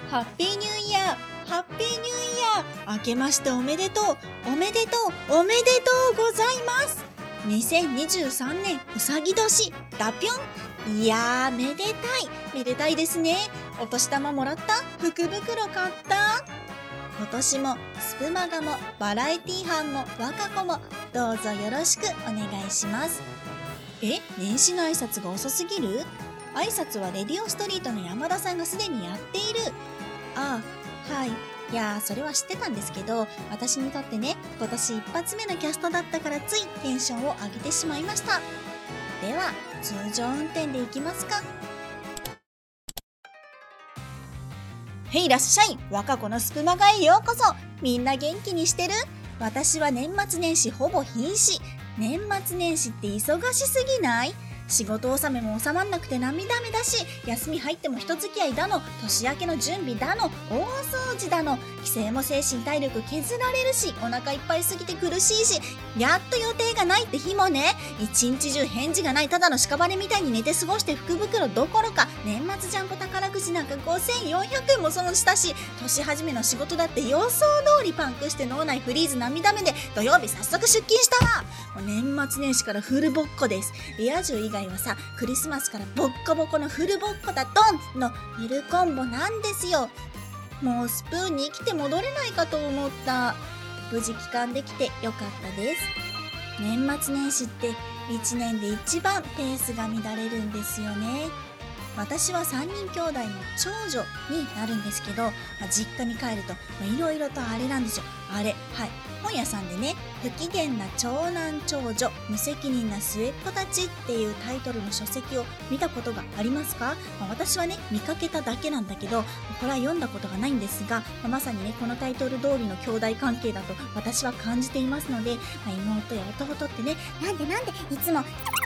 ハッピーニューイヤー、ハッピーニューイヤー、明けましておめでとう、おめでとう、おめでとうございます。2023年うさぎ年、ダピョン。いやー、めでたい、めでたいですね。お年玉もらった？福袋買った？今年もスプマガもバラエティ班も若子もどうぞよろしくお願いします。年始の挨拶が遅すぎる？挨拶はレディオストリートの山田さんがすでにやっている。ああ、はい。いやー、それは知ってたんですけど、私にとってね、今年一発目のキャストだったからついテンションを上げてしまいました。では、通常運転で行きますか。へいらっしゃい、若子のスプマガへようこそ。みんな元気にしてる？私は年末年始ほぼ瀕死。年末年始って忙しすぎない？仕事納めも収まんなくて涙目だし、休み入っても人付き合いだの、年明けの準備だの、大掃除だの、帰省も精神体力削られるし、お腹いっぱいすぎて苦しいし、やっと予定がないって日もね、一日中返事がないただの屍みたいに寝て過ごして福袋どころか、年末ジャンボ宝くじなんか5400円も損したし、年始めの仕事だって予想通りパンクして脳内フリーズ涙目で、土曜日早速出勤したわ。もう年末年始からフルボッコです。リア充以外はさ、クリスマスからボッコボコのフルボッコだドンのフルコンボなんですよ。もうスプーンに生きて戻れないかと思った。無事帰還できてよかったです。年末年始って1年で一番ペースが乱れるんですよね。私は3人兄弟の長女になるんですけど、実家に帰るといろいろとあれなんですよ。あれ、はい。本屋さんでね、不機嫌な長男長女、無責任な末っ子たちっていうタイトルの書籍を見たことがありますか？私はね、見かけただけなんだけど、これは読んだことがないんですが、まさにね、このタイトル通りの兄弟関係だと私は感じていますので、妹や弟ってね、なんでいつも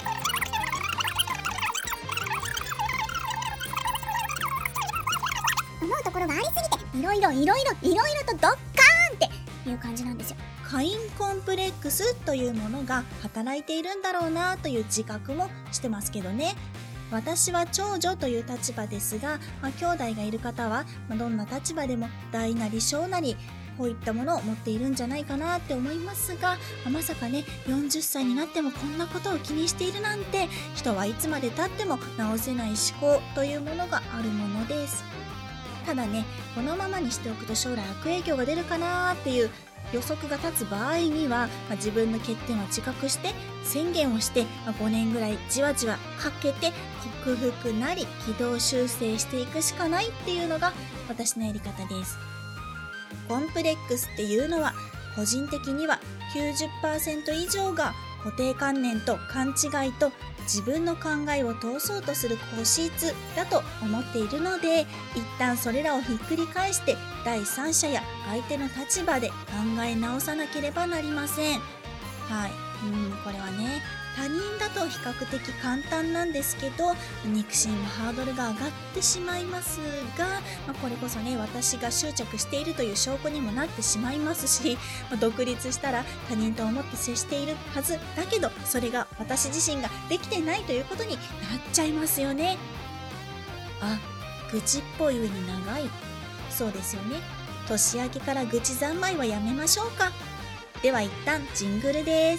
思うところがありすぎて、いろいろとドッカーンっていう感じなんですよ。カインコンプレックスというものが働いているんだろうなという自覚もしてますけどね。私は長女という立場ですが、兄弟がいる方は、どんな立場でも大なり小なりこういったものを持っているんじゃないかなって思いますが、まさかね、40歳になってもこんなことを気にしているなんて、人はいつまで経っても直せない思考というものがあるものです。ただね、このままにしておくと将来悪影響が出るかなっていう予測が立つ場合には、自分の欠点を自覚して宣言をして、5年ぐらいじわじわかけて克服なり軌道修正していくしかないっていうのが私のやり方です。コンプレックスっていうのは個人的には 90% 以上が固定観念と勘違いと自分の考えを通そうとする固執だと思っているので、一旦それらをひっくり返して第三者や相手の立場で考え直さなければなりません。はい、これはね、他人だと比較的簡単なんですけど、肉親のハードルが上がってしまいますが、これこそね、私が執着しているという証拠にもなってしまいますし、独立したら他人と思って接しているはずだけど、それが私自身ができてないということになっちゃいますよね。愚痴っぽい上に長い。そうですよね。年明けから愚痴三昧はやめましょうか。では一旦ジングルです。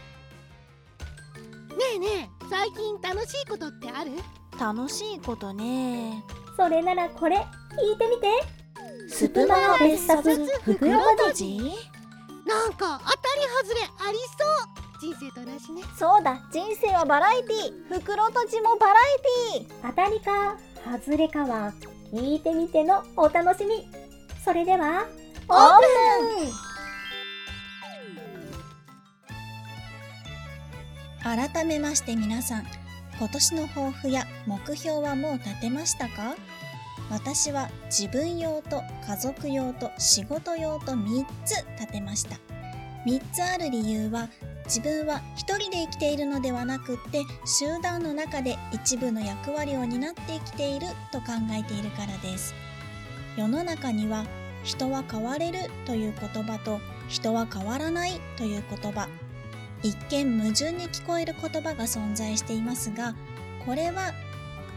ねえねえ、最近楽しいことってある？ 楽しいことね。 それならこれ聞いてみて。 スプマガ別冊袋とじ。 なんか当たり外れありそう。人生と同じね。 そうだ、人生はバラエティ、袋とじもバラエティ。当たりか外れかは聞いてみてのお楽しみ。それではオープン。 改めまして皆さん、今年の抱負や目標はもう立てましたか？私は自分用と家族用と仕事用と3つ立てました。3つある理由は、自分は一人で生きているのではなくって集団の中で一部の役割を担って生きていると考えているからです。世の中には人は変われるという言葉と人は変わらないという言葉、一見矛盾に聞こえる言葉が存在していますが、これは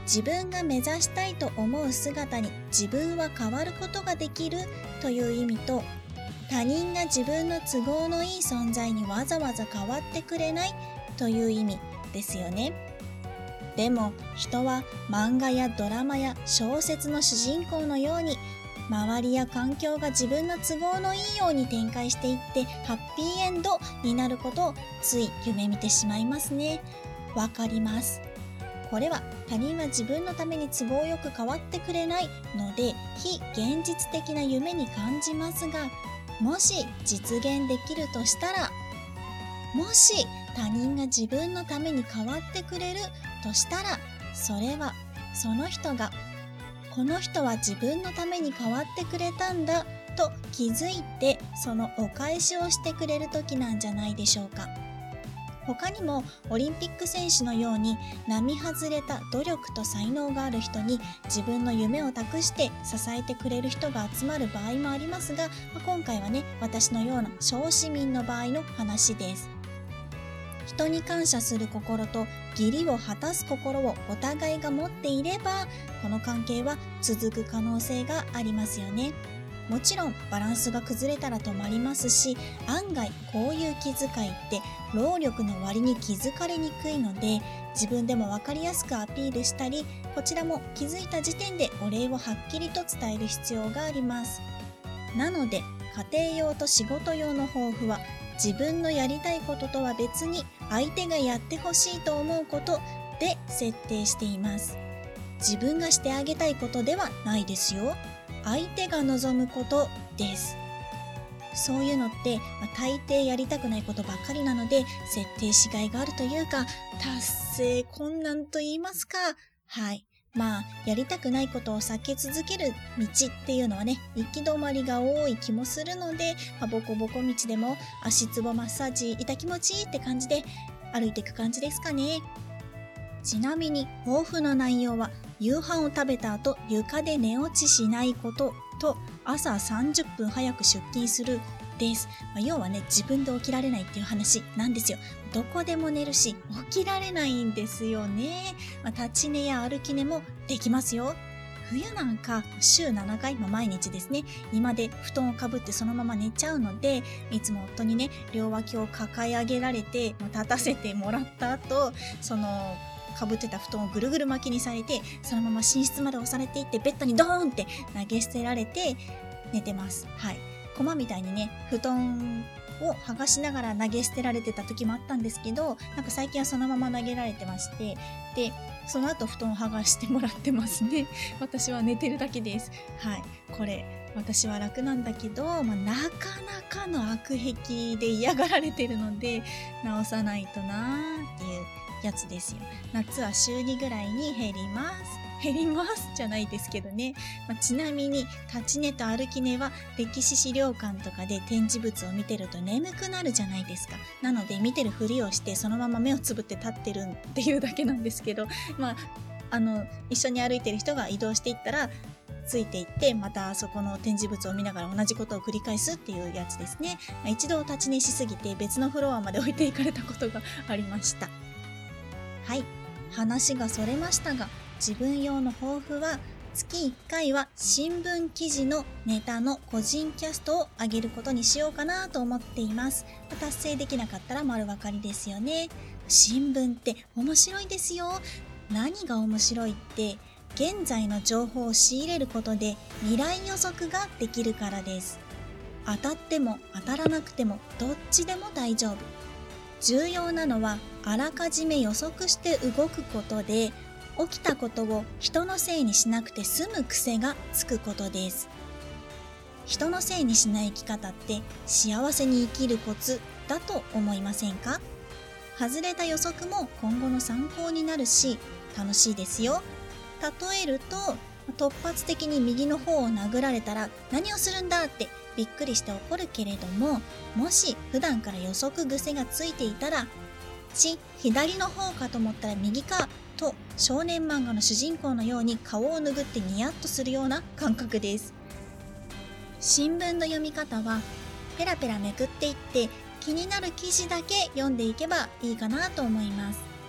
自分が目指したいと思う姿に自分は変わることができるという意味と、他人が自分の都合のいい存在にわざわざ変わってくれないという意味ですよね。でも人は漫画やドラマや小説の主人公のように、周りや環境が自分の都合のいいように展開していってハッピーエンドになることをつい夢見てしまいますね。わかります。これは他人は自分のために都合よく変わってくれないので非現実的な夢に感じますが、もし実現できるとしたら、もし他人が自分のために変わってくれるとしたら、それはその人がこの人は自分のために変わってくれたんだと気づいて、そのお返しをしてくれる時なんじゃないでしょうか。他にもオリンピック選手のように並外れた努力と才能がある人に自分の夢を託して支えてくれる人が集まる場合もありますが、今回はね、私のような小市民の場合の話です。人に感謝する心と義理を果たす心をお互いが持っていれば、この関係は続く可能性がありますよね。もちろんバランスが崩れたら止まりますし、案外こういう気遣いって労力の割に気づかれにくいので、自分でも分かりやすくアピールしたり、こちらも気づいた時点でお礼をはっきりと伝える必要があります。なので家庭用と仕事用の抱負は、自分のやりたいこととは別に相手がやってほしいと思うことで設定しています。自分がしてあげたいことではないですよ。相手が望むことです。そういうのって、大抵やりたくないことばっかりなので、設定しがいがあるというか、達成困難と言いますか。はい。やりたくないことを避け続ける道っていうのはね、行き止まりが多い気もするので、ボコボコ道でも足つぼマッサージ痛気持ちいいって感じで歩いていく感じですかね。ちなみに抱負の内容は、夕飯を食べた後床で寝落ちしないことと、朝30分早く出勤するです。要はね、自分で起きられないっていう話なんですよ。どこでも寝るし起きられないんですよね。立ち寝や歩き寝もできますよ。冬なんか週7回、毎日ですね、今で布団をかぶってそのまま寝ちゃうので、いつも夫にね、両脇を抱え上げられて立たせてもらった後、そのかぶってた布団をぐるぐる巻きにされて、そのまま寝室まで押されていってベッドにドーンって投げ捨てられて寝てます。はい。コマみたいにね、布団を剥がしながら投げ捨てられてた時もあったんですけど、なんか最近はそのまま投げられてまして、でその後布団を剥がしてもらってますね。私は寝てるだけです。はい。これ私は楽なんだけど、なかなかの悪癖で嫌がられてるので、直さないとなーっていうやつですよ。夏は週2ぐらいに減りますじゃないですけどね。ちなみに立ち寝と歩き寝は歴史資料館とかで展示物を見てると眠くなるじゃないですか。なので見てるふりをしてそのまま目をつぶって立ってるっていうだけなんですけど、一緒に歩いてる人が移動していったらついていって、またそこの展示物を見ながら同じことを繰り返すっていうやつですね。一度立ち寝しすぎて別のフロアまで置いていかれたことがありました。はい、話がそれましたが、自分用の抱負は月1回は新聞記事のネタの個人キャストを上げることにしようかなと思っています。達成できなかったら丸分かりですよね。新聞って面白いですよ。何が面白いって、現在の情報を仕入れることで未来予測ができるからです。当たっても当たらなくてもどっちでも大丈夫。重要なのはあらかじめ予測して動くことで、起きたことを人のせいにしなくて済む癖がつくことです。人のせいにしない生き方って幸せに生きるコツだと思いませんか？外れた予測も今後の参考になるし楽しいですよ。例えると、突発的に右の方を殴られたら何をするんだってびっくりして怒るけれども、もし普段から予測癖がついていたら、左の方かと思ったら右かと少年漫画の主人公のように顔を拭ってニヤッとするような感覚です。新聞の読み方はペラペラめくっていって気になる記事だけ読んでいけばいいかなと思います。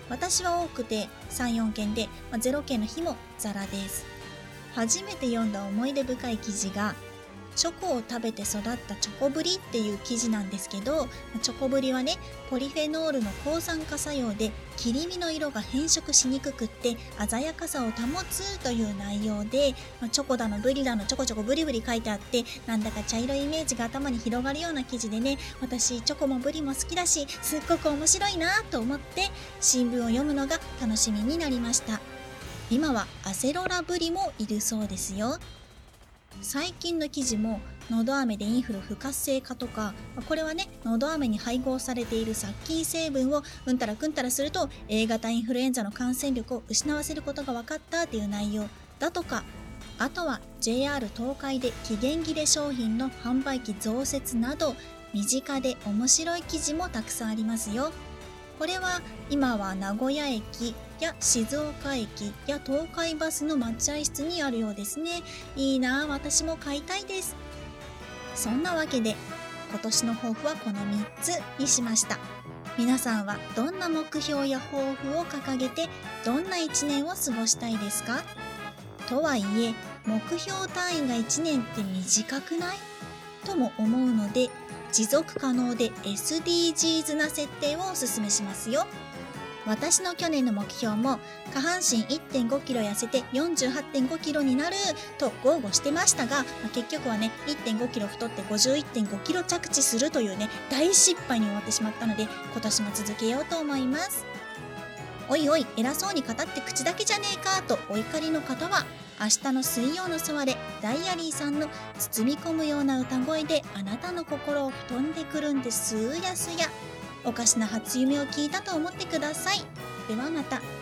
私は多くて3、4件で、0件の日もザラです。初めて読んだ思い出深い記事が、チョコを食べて育ったチョコブリっていう記事なんですけど、チョコブリはね、ポリフェノールの抗酸化作用で切り身の色が変色しにくくって鮮やかさを保つという内容で、チョコだのブリだのちょこちょこブリブリ書いてあって、なんだか茶色いイメージが頭に広がるような記事でね、私チョコもブリも好きだし、すっごく面白いなと思って新聞を読むのが楽しみになりました。今はアセロラブリもいるそうですよ。最近の記事ものど飴でインフル不活性化とか、これはね、のど飴に配合されている殺菌成分をうんたらくんたらすると A 型インフルエンザの感染力を失わせることが分かったっていう内容だとか、あとは JR 東海で期限切れ商品の販売機増設など身近で面白い記事もたくさんありますよ。これは今は名古屋駅や静岡駅や東海バスの待合室にあるようですね。いいなあ、私も買いたいです。そんなわけで今年の抱負はこの3つにしました。皆さんはどんな目標や抱負を掲げてどんな1年を過ごしたいですか？とはいえ目標単位が1年って短くない？とも思うので、持続可能で SDGs な設定をお勧めしますよ。私の去年の目標も下半身 1.5 キロ痩せて 48.5 キロになると豪語してましたが、結局はね 1.5 キロ太って 51.5 キロ着地するというね大失敗に終わってしまったので、今年も続けようと思います。おいおい偉そうに語って口だけじゃねえかとお怒りの方は、明日の水曜のソワレダイアリーさんの包み込むような歌声であなたの心を吹っ飛んでくるんですやすや、おかしな初夢を聞いたと思ってください。ではまた。